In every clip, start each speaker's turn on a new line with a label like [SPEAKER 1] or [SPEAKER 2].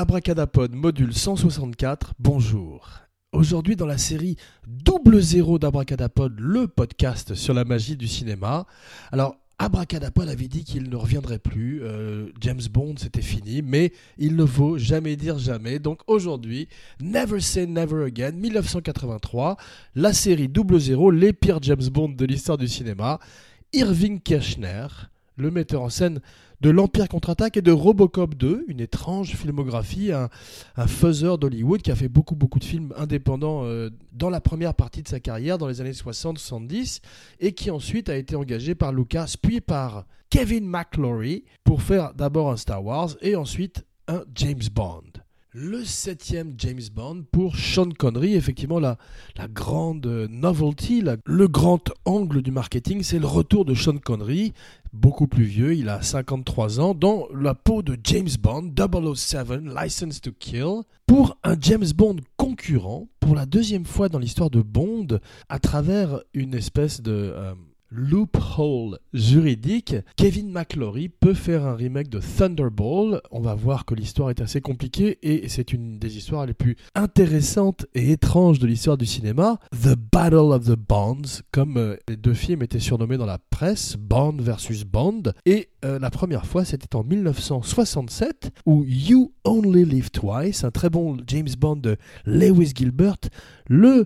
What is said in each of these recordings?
[SPEAKER 1] Abracadapod module 164, bonjour. Aujourd'hui dans la série Double Zéro d'Abracadapod, le podcast sur la magie du cinéma. Alors Abracadapod avait dit qu'il ne reviendrait plus, James Bond c'était fini, mais il ne faut jamais dire jamais. Donc aujourd'hui, Never Say Never Again, 1983, la série Double Zéro, les pires James Bond de l'histoire du cinéma. Irving Kershner, le metteur en scène de l'Empire contre-attaque et de Robocop 2, une étrange filmographie, un faiseur d'Hollywood qui a fait beaucoup de films indépendants dans la première partie de sa carrière, dans les années 60-70, et qui ensuite a été engagé par Lucas, puis par Kevin McClory, pour faire d'abord un Star Wars et ensuite un James Bond. Le 7e James Bond pour Sean Connery, effectivement la grande novelty, le grand angle du marketing, c'est le retour de Sean Connery, beaucoup plus vieux, il a 53 ans, dans la peau de James Bond, 007, License to Kill, pour un James Bond concurrent, pour la deuxième fois dans l'histoire de Bond, à travers une espèce de loophole juridique. Kevin McClory peut faire un remake de Thunderball. On va voir que l'histoire est assez compliquée et c'est une des histoires les plus intéressantes et étranges de l'histoire du cinéma. The Battle of the Bonds, comme les deux films étaient surnommés dans la presse, Bond versus Bond. Et la première fois, c'était en 1967, où You Only Live Twice, un très bon James Bond de Lewis Gilbert, le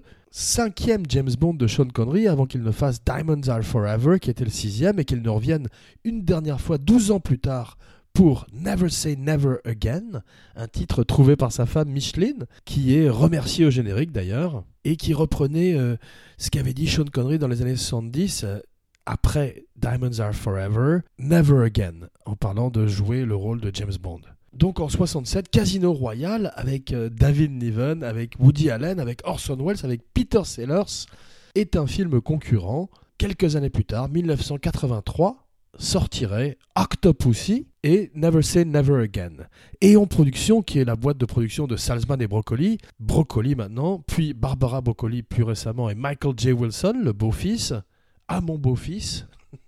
[SPEAKER 1] 5e James Bond de Sean Connery, avant qu'il ne fasse Diamonds Are Forever, qui était le 6e, et qu'il ne revienne une dernière fois 12 ans plus tard pour Never Say Never Again, un titre trouvé par sa femme Micheline, qui est remerciée au générique d'ailleurs, et qui reprenait ce qu'avait dit Sean Connery dans les années 70, après Diamonds Are Forever, Never Again, en parlant de jouer le rôle de James Bond. Donc en 67, Casino Royale avec David Niven, avec Woody Allen, avec Orson Welles, avec Peter Sellers, est un film concurrent. Quelques années plus tard, 1983, sortirait Octopussy et Never Say Never Again. Eon Productions, qui est la boîte de production de Salzman et Broccoli maintenant, puis Barbara Broccoli plus récemment et Michael J. Wilson, le beau-fils, mon beau-fils,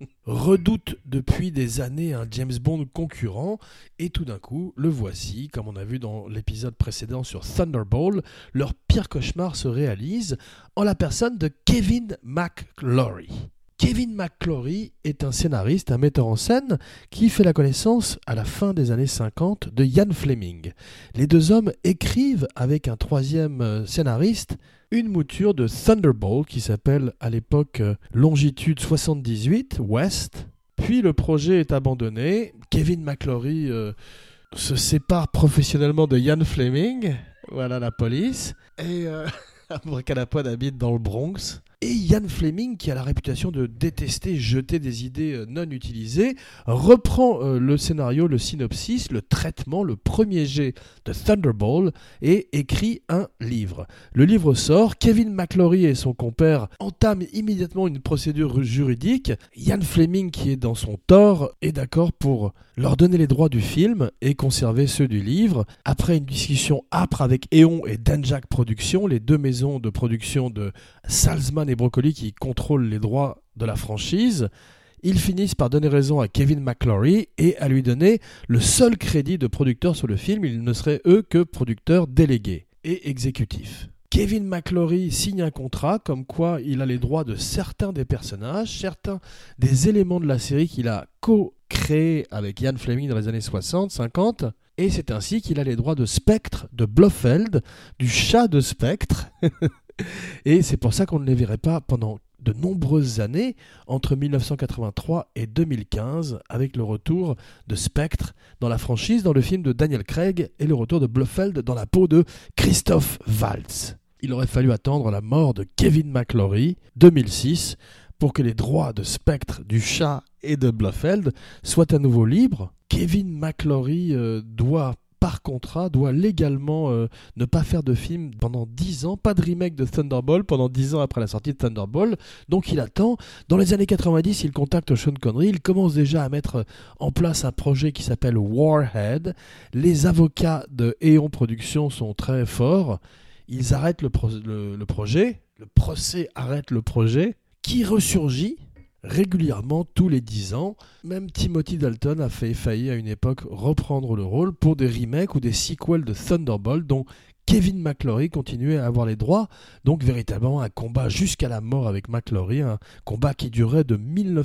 [SPEAKER 1] redoute depuis des années un James Bond concurrent et tout d'un coup, le voici, comme on a vu dans l'épisode précédent sur Thunderball, leur pire cauchemar se réalise en la personne de Kevin McClory. Kevin McClory est un scénariste, un metteur en scène qui fait la connaissance à la fin des années 50 de Ian Fleming. Les deux hommes écrivent avec un troisième scénariste une mouture de Thunderball qui s'appelle à l'époque Longitude 78 West. Puis le projet est abandonné. Kevin McClory se sépare professionnellement de Ian Fleming. Voilà la police. Et Abracadapod habite dans le Bronx. Et Ian Fleming, qui a la réputation de détester jeter des idées non utilisées, reprend le scénario, le synopsis, le traitement, le premier jet de Thunderball et écrit un livre. Le livre sort, Kevin McClory et son compère entament immédiatement une procédure juridique. Ian Fleming, qui est dans son tort, est d'accord pour leur donner les droits du film et conserver ceux du livre. Après une discussion âpre avec Eon et Denjak Productions, les deux maisons de production de Salzman et Broccoli qui contrôlent les droits de la franchise, ils finissent par donner raison à Kevin McClory et à lui donner le seul crédit de producteur sur le film. Ils ne seraient eux que producteurs délégués et exécutifs. Kevin McClory signe un contrat comme quoi il a les droits de certains des personnages, certains des éléments de la série qu'il a co-créés avec Ian Fleming dans les années 60, 50, et c'est ainsi qu'il a les droits de Spectre, de Blofeld, du chat de Spectre. Et c'est pour ça qu'on ne les verrait pas pendant de nombreuses années, entre 1983 et 2015, avec le retour de Spectre dans la franchise, dans le film de Daniel Craig, et le retour de Blofeld dans la peau de Christoph Waltz. Il aurait fallu attendre la mort de Kevin McClory, 2006, pour que les droits de Spectre, du chat et de Blofeld soient à nouveau libres. Kevin McClory par contrat, doit légalement ne pas faire de film pendant 10 ans, pas de remake de Thunderball pendant 10 ans après la sortie de Thunderball, donc il attend. Dans les années 90, il contacte Sean Connery, il commence déjà à mettre en place un projet qui s'appelle Warhead. Les avocats de Eon Productions sont très forts, ils arrêtent le projet, le procès arrête le projet, qui ressurgit régulièrement tous les 10 ans. Même Timothy Dalton a failli à une époque reprendre le rôle pour des remakes ou des sequels de Thunderbolt dont Kevin McClory continuait à avoir les droits, donc véritablement un combat jusqu'à la mort avec McClory, un combat qui durait de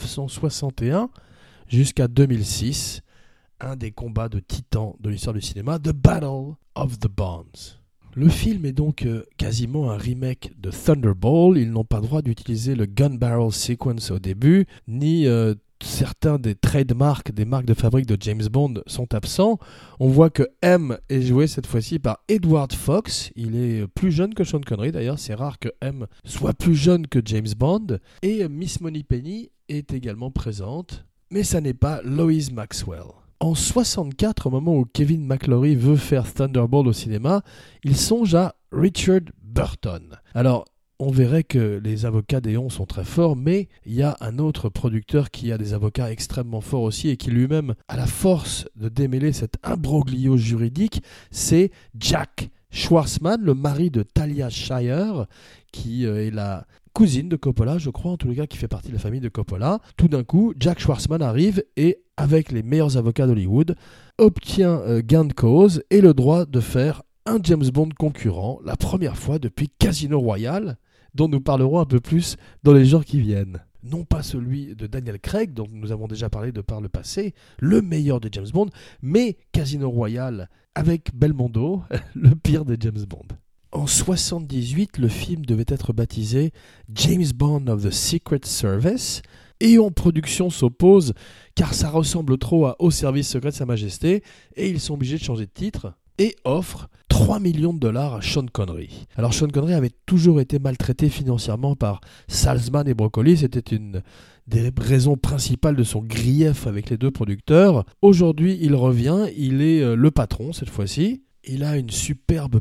[SPEAKER 1] 1961 jusqu'à 2006, un des combats de titans de l'histoire du cinéma, The Battle of the Bonds. Le film est donc quasiment un remake de Thunderball. Ils n'ont pas le droit d'utiliser le gun barrel sequence au début, ni certains des trademarks, des marques de fabrique de James Bond sont absents. On voit que M est joué cette fois-ci par Edward Fox. Il est plus jeune que Sean Connery, d'ailleurs c'est rare que M soit plus jeune que James Bond. Et Miss Moneypenny est également présente, mais ça n'est pas Lois Maxwell. En 1964, au moment où Kevin McClory veut faire Thunderball au cinéma, il songe à Richard Burton. Alors, on verrait que les avocats d'Eon sont très forts, mais il y a un autre producteur qui a des avocats extrêmement forts aussi et qui lui-même a la force de démêler cet imbroglio juridique, c'est Jack Schwartzman, le mari de Talia Shire, qui est la cousine de Coppola, je crois en tous les cas, qui fait partie de la famille de Coppola. Tout d'un coup, Jack Schwartzman arrive et, avec les meilleurs avocats d'Hollywood, obtient gain de cause et le droit de faire un James Bond concurrent, la première fois depuis Casino Royale, dont nous parlerons un peu plus dans les jours qui viennent. Non pas celui de Daniel Craig, dont nous avons déjà parlé de par le passé, le meilleur de James Bond, mais Casino Royale avec Belmondo, le pire de James Bond. En 1978, le film devait être baptisé James Bond of the Secret Service. Eon Productions s'oppose car ça ressemble trop à Au service secret de Sa Majesté et ils sont obligés de changer de titre et offrent 3 millions de dollars à Sean Connery. Alors Sean Connery avait toujours été maltraité financièrement par Salzman et Broccoli, c'était une des raisons principales de son grief avec les deux producteurs. Aujourd'hui, il revient, il est le patron cette fois-ci. Il a une superbe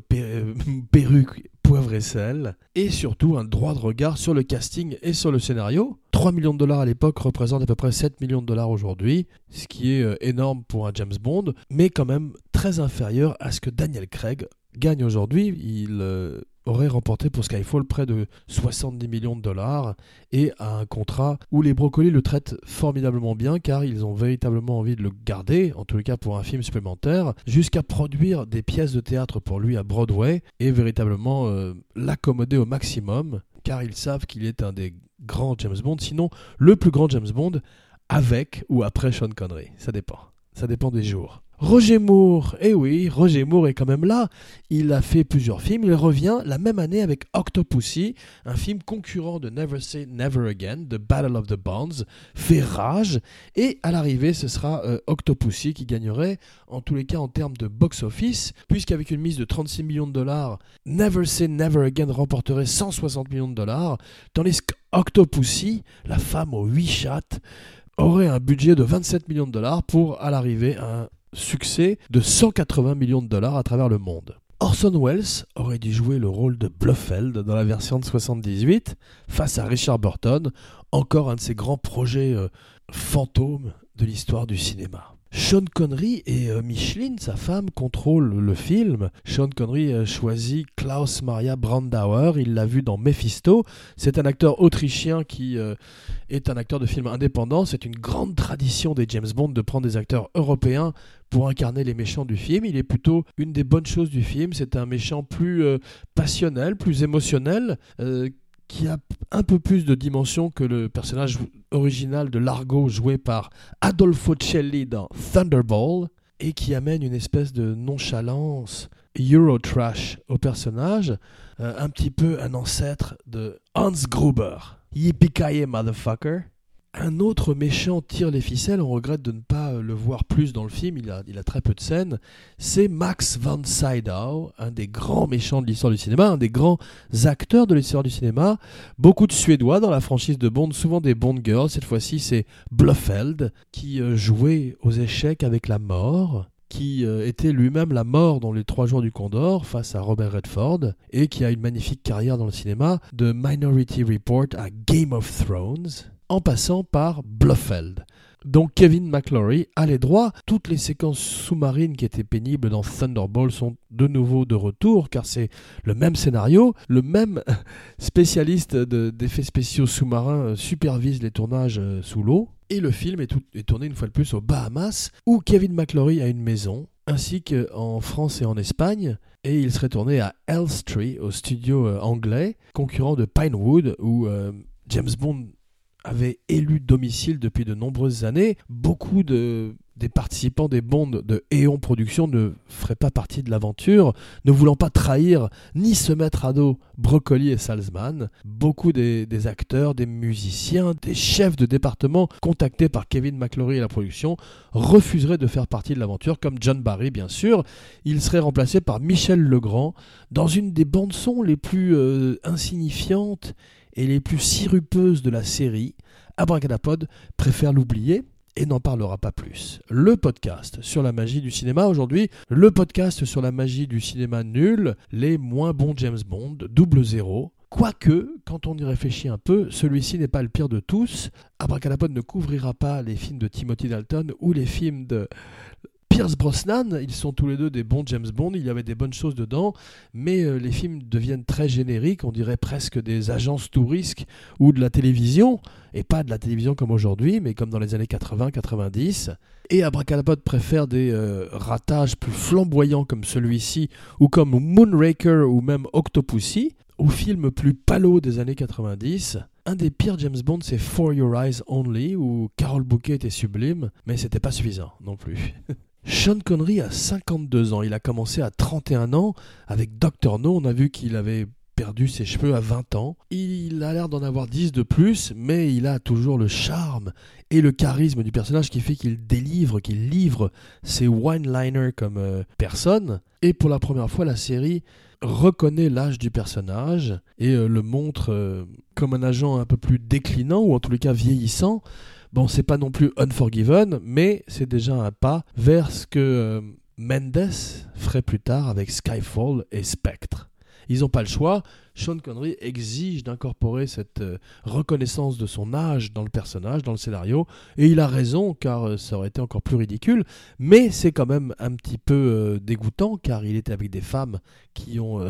[SPEAKER 1] perruque poivre et sel et surtout un droit de regard sur le casting et sur le scénario. 3 millions de dollars à l'époque représentent à peu près 7 millions de dollars aujourd'hui, ce qui est énorme pour un James Bond, mais quand même très inférieur à ce que Daniel Craig gagne aujourd'hui. Il aurait remporté pour Skyfall près de 70 millions de dollars et a un contrat où les Broccoli le traitent formidablement bien car ils ont véritablement envie de le garder, en tous les cas pour un film supplémentaire, jusqu'à produire des pièces de théâtre pour lui à Broadway et véritablement l'accommoder au maximum car ils savent qu'il est un des grands James Bond, sinon le plus grand James Bond avec ou après Sean Connery, ça dépend des jours. Roger Moore, eh oui, Roger Moore est quand même là. Il a fait plusieurs films. Il revient la même année avec Octopussy, un film concurrent de Never Say Never Again, The Battle of the Bonds, fait rage. Et à l'arrivée, ce sera Octopussy qui gagnerait, en tous les cas en termes de box-office, puisqu'avec une mise de 36 millions de dollars, Never Say Never Again remporterait 160 millions de dollars, tandis qu'Octopussy, la femme aux 8 chattes, aurait un budget de 27 millions de dollars pour, à l'arrivée, un succès de 180 millions de dollars à travers le monde. Orson Welles aurait dû jouer le rôle de Blofeld dans la version de 78 face à Richard Burton, encore un de ces grands projets fantômes de l'histoire du cinéma. Sean Connery et Micheline, sa femme, contrôlent le film. Sean Connery choisit Klaus Maria Brandauer, il l'a vu dans Mephisto. C'est un acteur autrichien qui est un acteur de film indépendant. C'est une grande tradition des James Bond de prendre des acteurs européens pour incarner les méchants du film. Il est plutôt une des bonnes choses du film. C'est un méchant plus passionnel, plus émotionnel, qui a un peu plus de dimension que le personnage original de Largo joué par Adolfo Celli dans Thunderball et qui amène une espèce de nonchalance Eurotrash au personnage, un petit peu un ancêtre de Hans Gruber. Yippee-ki-yay, motherfucker! Un autre méchant tire les ficelles, on regrette de ne pas le voir plus dans le film, il a très peu de scènes, c'est Max von Sydow, un des grands méchants de l'histoire du cinéma, un des grands acteurs de l'histoire du cinéma, beaucoup de Suédois dans la franchise de Bond, souvent des Bond girls, cette fois-ci c'est Blofeld, qui jouait aux échecs avec la mort, qui était lui-même la mort dans les 3 jours du Condor face à Robert Redford, et qui a une magnifique carrière dans le cinéma, de Minority Report à Game of Thrones. en passant par Blofeld. Donc Kevin McClory a les droits. Toutes les séquences sous-marines qui étaient pénibles dans Thunderball sont de nouveau de retour, car c'est le même scénario, le même spécialiste d'effets spéciaux sous-marins supervise les tournages sous l'eau. Et le film est tourné une fois de plus aux Bahamas, où Kevin McClory a une maison, ainsi qu'en France et en Espagne. Et il serait tourné à Elstree, au studio anglais, concurrent de Pinewood, où James Bond avait élu domicile depuis de nombreuses années. Beaucoup des participants des Bonds de Eon Productions ne feraient pas partie de l'aventure, ne voulant pas trahir ni se mettre à dos Broccoli et Salzman. Beaucoup des acteurs, des musiciens, des chefs de département contactés par Kevin McClory et la production refuseraient de faire partie de l'aventure, comme John Barry bien sûr. Il serait remplacé par Michel Legrand dans une des bandes-sons les plus insignifiantes et les plus sirupeuses de la série. Abracadapod préfère l'oublier et n'en parlera pas plus. Le podcast sur la magie du cinéma aujourd'hui, le podcast sur la magie du cinéma nul, les moins bons James Bond, 00. Quoique, quand on y réfléchit un peu, celui-ci n'est pas le pire de tous. Abracadapod ne couvrira pas les films de Timothy Dalton ou les films de Pierce Brosnan. Ils sont tous les deux des bons James Bond, il y avait des bonnes choses dedans, mais les films deviennent très génériques, on dirait presque des agences touristes ou de la télévision, et pas de la télévision comme aujourd'hui, mais comme dans les années 80-90. Et Abracadapod préfère des ratages plus flamboyants comme celui-ci, ou comme Moonraker ou même Octopussy, aux films plus palos des années 90. Un des pires James Bond, c'est For Your Eyes Only, où Carol Bouquet était sublime, mais c'était pas suffisant non plus. Sean Connery a 52 ans, il a commencé à 31 ans avec Dr. No, on a vu qu'il avait perdu ses cheveux à 20 ans. Il a l'air d'en avoir 10 de plus, mais il a toujours le charme et le charisme du personnage qui fait qu'il livre ses one-liners comme personne. Et pour la première fois, la série reconnaît l'âge du personnage et le montre comme un agent un peu plus déclinant, ou en tous les cas vieillissant. Bon, c'est pas non plus Unforgiven, mais c'est déjà un pas vers ce que Mendes ferait plus tard avec Skyfall et Spectre. Ils n'ont pas le choix. Sean Connery exige d'incorporer cette reconnaissance de son âge dans le personnage, dans le scénario, et il a raison, car ça aurait été encore plus ridicule, mais c'est quand même un petit peu dégoûtant, car il était avec des femmes qui ont...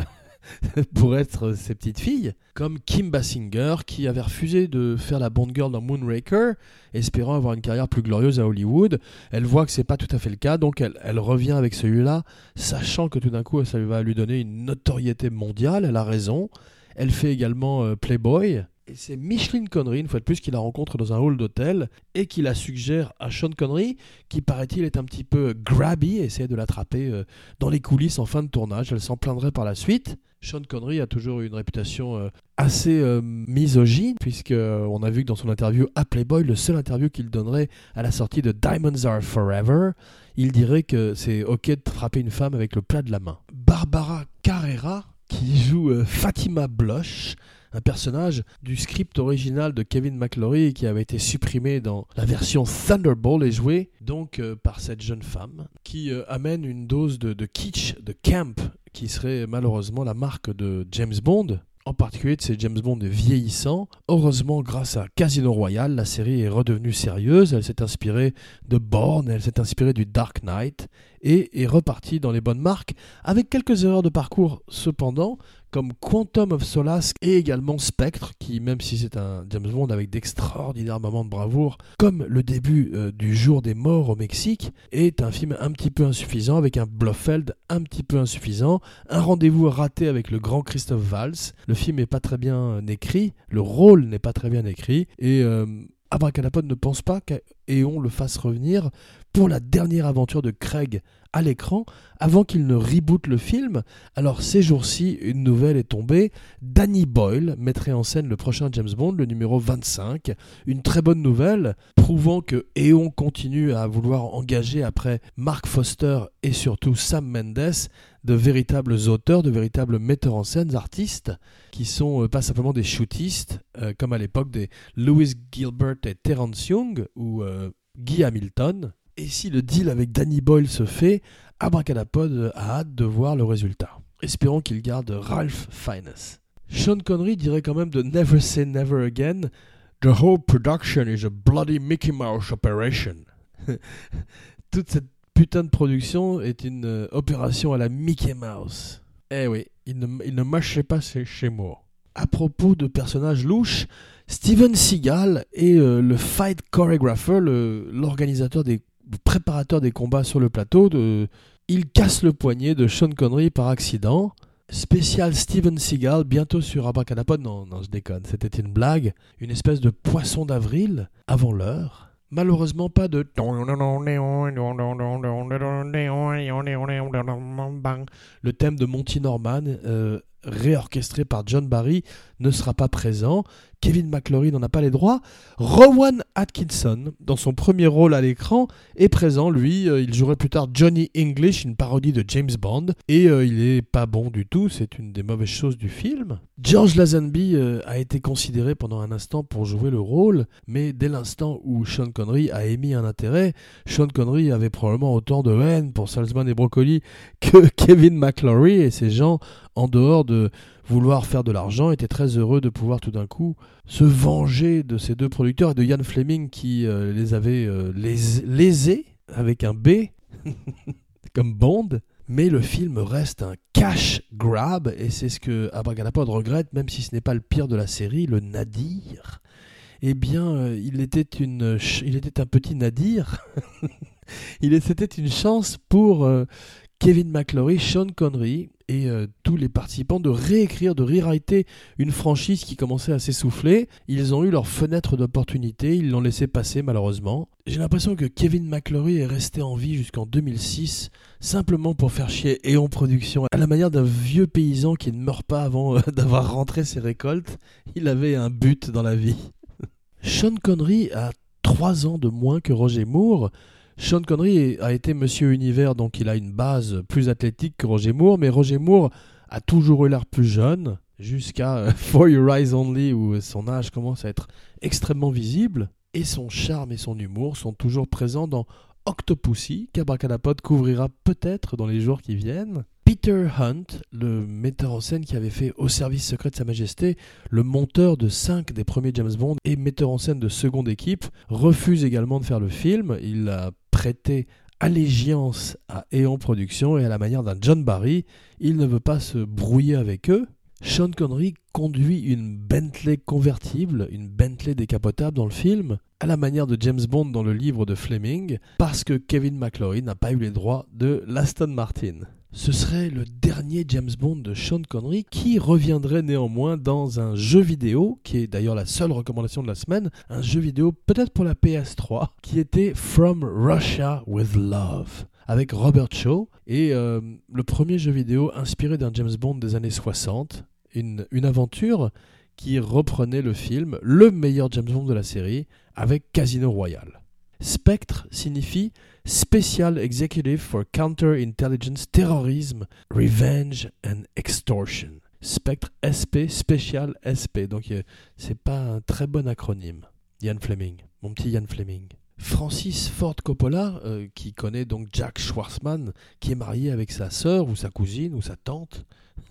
[SPEAKER 1] pour être ses petites filles, comme Kim Basinger, qui avait refusé de faire la Bond Girl dans Moonraker, espérant avoir une carrière plus glorieuse à Hollywood. Elle voit que c'est pas tout à fait le cas, donc elle revient avec celui-là, sachant que tout d'un coup ça va lui donner une notoriété mondiale. Elle a raison. Elle fait également Playboy. Et c'est Micheline Connery, une fois de plus, qui la rencontre dans un hall d'hôtel et qui la suggère à Sean Connery, qui paraît-il est un petit peu grabby, et essaie de l'attraper dans les coulisses en fin de tournage. Elle s'en plaindrait par la suite. Sean Connery a toujours eu une réputation assez misogyne, puisqu'on a vu que dans son interview à Playboy, le seul interview qu'il donnerait à la sortie de Diamonds Are Forever, il dirait que c'est ok de frapper une femme avec le plat de la main. Barbara Carrera, qui joue Fatima Blush, un personnage du script original de Kevin McClory qui avait été supprimé dans la version Thunderball, est joué donc par cette jeune femme qui amène une dose de kitsch, de camp, qui serait malheureusement la marque de James Bond, en particulier de ces James Bond vieillissants. Heureusement, grâce à Casino Royale, la série est redevenue sérieuse. Elle s'est inspirée de Bourne, elle s'est inspirée du Dark Knight et est repartie dans les bonnes marques, avec quelques erreurs de parcours cependant, comme Quantum of Solace et également Spectre, qui, même si c'est un James Bond avec d'extraordinaires moments de bravoure, comme le début du Jour des Morts au Mexique, est un film un petit peu insuffisant, avec un Blofeld un petit peu insuffisant, un rendez-vous raté avec le grand Christophe Waltz. Le film n'est pas très bien écrit, le rôle n'est pas très bien écrit, et Abracadapod ne pense pas qu'Eon le fasse revenir pour la dernière aventure de Craig à l'écran, avant qu'il ne reboote le film. Alors ces jours-ci, une nouvelle est tombée. Danny Boyle mettrait en scène le prochain James Bond, le numéro 25. Une très bonne nouvelle, prouvant que Eon continue à vouloir engager après Mark Foster et surtout Sam Mendes de véritables auteurs, de véritables metteurs en scène, artistes, qui sont pas simplement des shootistes, comme à l'époque des Louis Gilbert et Terence Young, ou Guy Hamilton. Et si le deal avec Danny Boyle se fait, Abracadapod a hâte de voir le résultat. Espérons qu'il garde Ralph Fiennes. Sean Connery dirait quand même de Never Say Never Again, The whole production is a bloody Mickey Mouse operation. Toute cette putain de production est une opération à la Mickey Mouse. Eh oui, il ne mâchait pas chez moi. À propos de personnages louches, Steven Seagal est le fight choreographer, l'organisateur le préparateur des combats sur le plateau. Il casse le poignet de Sean Connery par accident. Spécial Steven Seagal, bientôt sur Abracadapod. Non, je déconne, c'était une blague. Une espèce de poisson d'avril, avant l'heure. Malheureusement, pas de... Le thème de Monty Norman, réorchestré par John Barry, ne sera pas présent. Kevin McClory n'en a pas les droits. Rowan Atkinson, dans son premier rôle à l'écran, est présent. Lui, il jouerait plus tard Johnny English, une parodie de James Bond. Et il est pas bon du tout, c'est une des mauvaises choses du film. George Lazenby a été considéré pendant un instant pour jouer le rôle, mais dès l'instant où Sean Connery a émis un intérêt, Sean Connery avait probablement autant de haine pour Salzman et Broccoli que Kevin McClory, et ces gens, en dehors de vouloir faire de l'argent, étaient très heureux de pouvoir tout d'un coup se venger de ces deux producteurs et de Ian Fleming qui les avait lésés avec un B comme Bond. Mais le film reste un cash grab, et c'est ce que Abracadapod regrette, même si ce n'est pas le pire de la série, le nadir. Eh bien, il était un petit nadir. C'était une chance pour Kevin McClory, Sean Connery et tous les participants de réécrire, de rewriter une franchise qui commençait à s'essouffler. Ils ont eu leur fenêtre d'opportunité, ils l'ont laissé passer malheureusement. J'ai l'impression que Kevin McClory est resté en vie jusqu'en 2006, simplement pour faire chier Eon Productions. À la manière d'un vieux paysan qui ne meurt pas avant d'avoir rentré ses récoltes, il avait un but dans la vie. Sean Connery a 3 ans de moins que Roger Moore. Sean Connery a été Monsieur Univers, donc il a une base plus athlétique que Roger Moore, mais Roger Moore a toujours eu l'air plus jeune, jusqu'à For Your Eyes Only, où son âge commence à être extrêmement visible, et son charme et son humour sont toujours présents dans Octopussy, qu'Abracadapod couvrira peut-être dans les jours qui viennent. Peter Hunt, le metteur en scène qui avait fait Au service secret de Sa Majesté, le monteur de 5 des premiers James Bond et metteur en scène de seconde équipe, refuse également de faire le film. Il a prêté allégeance à Eon Productions et à la manière d'un John Barry, il ne veut pas se brouiller avec eux. Sean Connery conduit une Bentley convertible, une Bentley décapotable dans le film, à la manière de James Bond dans le livre de Fleming, parce que Kevin McClory n'a pas eu les droits de l'Aston Martin. Ce serait le dernier James Bond de Sean Connery qui reviendrait néanmoins dans un jeu vidéo, qui est d'ailleurs la seule recommandation de la semaine, un jeu vidéo peut-être pour la PS3, qui était From Russia with Love, avec Robert Shaw, et le premier jeu vidéo inspiré d'un James Bond des années 60, une aventure qui reprenait le film, le meilleur James Bond de la série, avec Casino Royale. Spectre signifie Special Executive for Counter-Intelligence Terrorism, Revenge and Extortion. Spectre SP, Special SP. Donc c'est pas un très bon acronyme. Ian Fleming, mon petit Ian Fleming. Francis Ford Coppola, qui connaît donc Jack Schwartzman, qui est marié avec sa sœur ou sa cousine ou sa tante,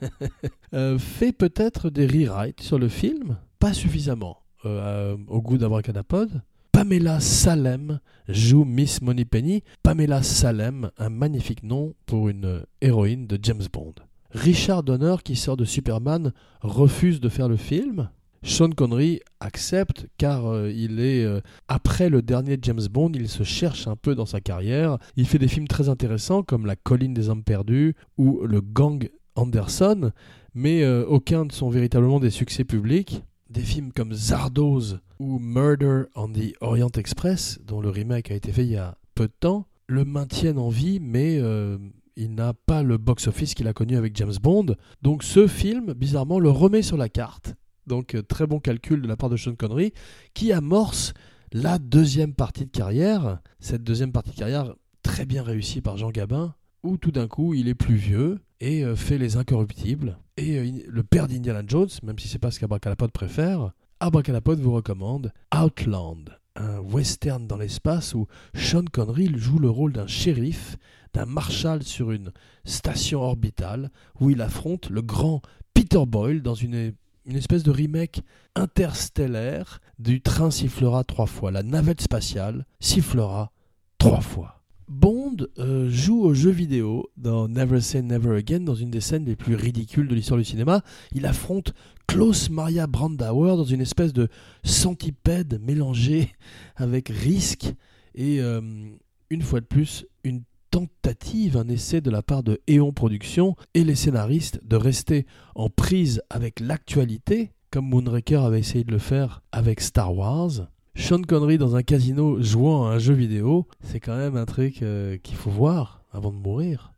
[SPEAKER 1] fait peut-être des rewrites sur le film, pas suffisamment au goût d'Abracadapod. Pamela Salem joue Miss Moneypenny. Pamela Salem, un magnifique nom pour une héroïne de James Bond. Richard Donner, qui sort de Superman, refuse de faire le film. Sean Connery accepte car il est après le dernier James Bond, il se cherche un peu dans sa carrière. Il fait des films très intéressants comme La Colline des Hommes Perdus ou Le Gang Anderson, mais aucun ne sont véritablement des succès publics. Des films comme Zardoz ou Murder on the Orient Express, dont le remake a été fait il y a peu de temps, le maintiennent en vie, mais il n'a pas le box-office qu'il a connu avec James Bond. Donc ce film, bizarrement, le remet sur la carte. Donc très bon calcul de la part de Sean Connery, qui amorce la deuxième partie de carrière. Cette deuxième partie de carrière très bien réussie par Jean Gabin, où tout d'un coup il est plus vieux et fait Les Incorruptibles. Et le père d'Indiana Jones, même si c'est pas ce qu'Abracadapod préfère, Abracadapod vous recommande Outland, un western dans l'espace où Sean Connery joue le rôle d'un shérif, d'un marshal sur une station orbitale, où il affronte le grand Peter Boyle dans une une espèce de remake interstellaire du train sifflera 3 fois. La navette spatiale sifflera 3 fois. Bond joue aux jeux vidéo dans Never Say Never Again, dans une des scènes les plus ridicules de l'histoire du cinéma. Il affronte Klaus Maria Brandauer dans une espèce de centipède mélangée avec risque et une fois de plus une tentative, un essai de la part de Eon Productions et les scénaristes de rester en prise avec l'actualité, comme Moonraker avait essayé de le faire avec Star Wars. Sean Connery dans un casino jouant à un jeu vidéo, c'est quand même un truc qu'il faut voir avant de mourir.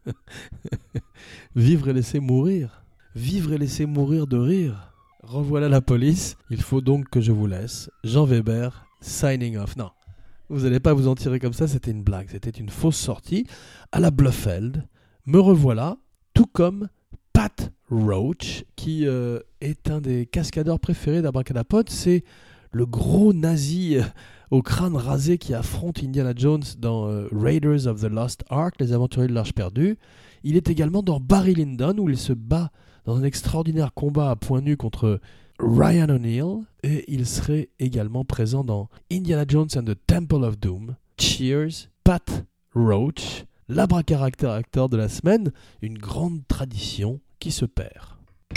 [SPEAKER 1] Vivre et laisser mourir. Vivre et laisser mourir de rire. Revoilà la police. Il faut donc que je vous laisse. Jean Weber, signing off. Non, vous n'allez pas vous en tirer comme ça, c'était une blague. C'était une fausse sortie à la Blofeld. Me revoilà, tout comme Pat Roach, qui est un des cascadeurs préférés d'Abracadapod. C'est le gros nazi au crâne rasé qui affronte Indiana Jones dans Raiders of the Lost Ark, les aventuriers de l'Arche perdue. Il est également dans Barry Lyndon, où il se bat dans un extraordinaire combat à poings nus contre Ryan O'Neal. Et il serait également présent dans Indiana Jones and the Temple of Doom. Cheers, Pat Roach, l'abracadabra de la semaine, une grande tradition qui se perd.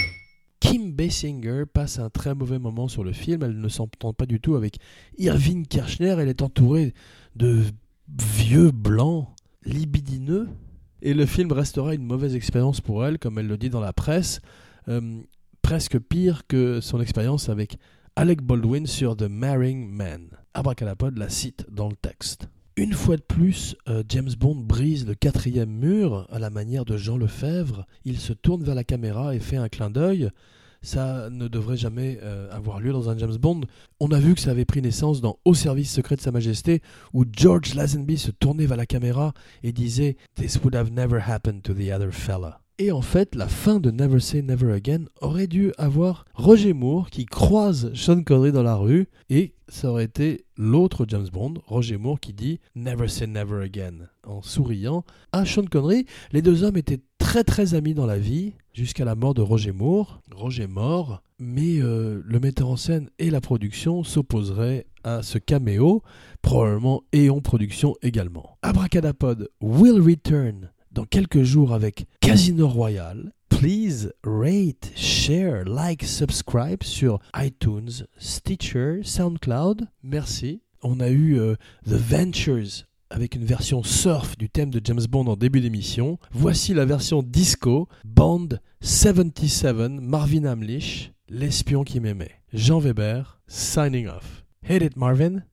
[SPEAKER 1] Kim Basinger passe un très mauvais moment sur le film. Elle ne s'entend pas du tout avec Irving Kershner. Elle est entourée de vieux blancs libidineux. Et le film restera une mauvaise expérience pour elle, comme elle le dit dans la presse. Presque pire que son expérience avec Alec Baldwin sur The Marrying Man. Abracadapod la cite dans le texte. Une fois de plus, James Bond brise le 4e mur à la manière de Jean Lefebvre. Il se tourne vers la caméra et fait un clin d'œil. Ça ne devrait jamais avoir lieu dans un James Bond. On a vu que ça avait pris naissance dans Au service secret de Sa Majesté, où George Lazenby se tournait vers la caméra et disait « This would have never happened to the other fella ». Et en fait, la fin de Never Say Never Again aurait dû avoir Roger Moore qui croise Sean Connery dans la rue, et ça aurait été l'autre James Bond, Roger Moore, qui dit « Never Say Never Again » en souriant à Sean Connery. Les deux hommes étaient très très amis dans la vie, jusqu'à la mort de Roger Moore. Roger mort, mais le metteur en scène et la production s'opposeraient à ce caméo, probablement Eon Productions également. Abracadapod will return dans quelques jours avec Casino Royale. Please rate, share, like, subscribe sur iTunes, Stitcher, SoundCloud. Merci. On a eu The Ventures avec une version surf du thème de James Bond en début d'émission. Voici la version disco, Bond 77, Marvin Hamlisch, l'espion qui m'aimait. Jean Weber, signing off. Hit it, Marvin!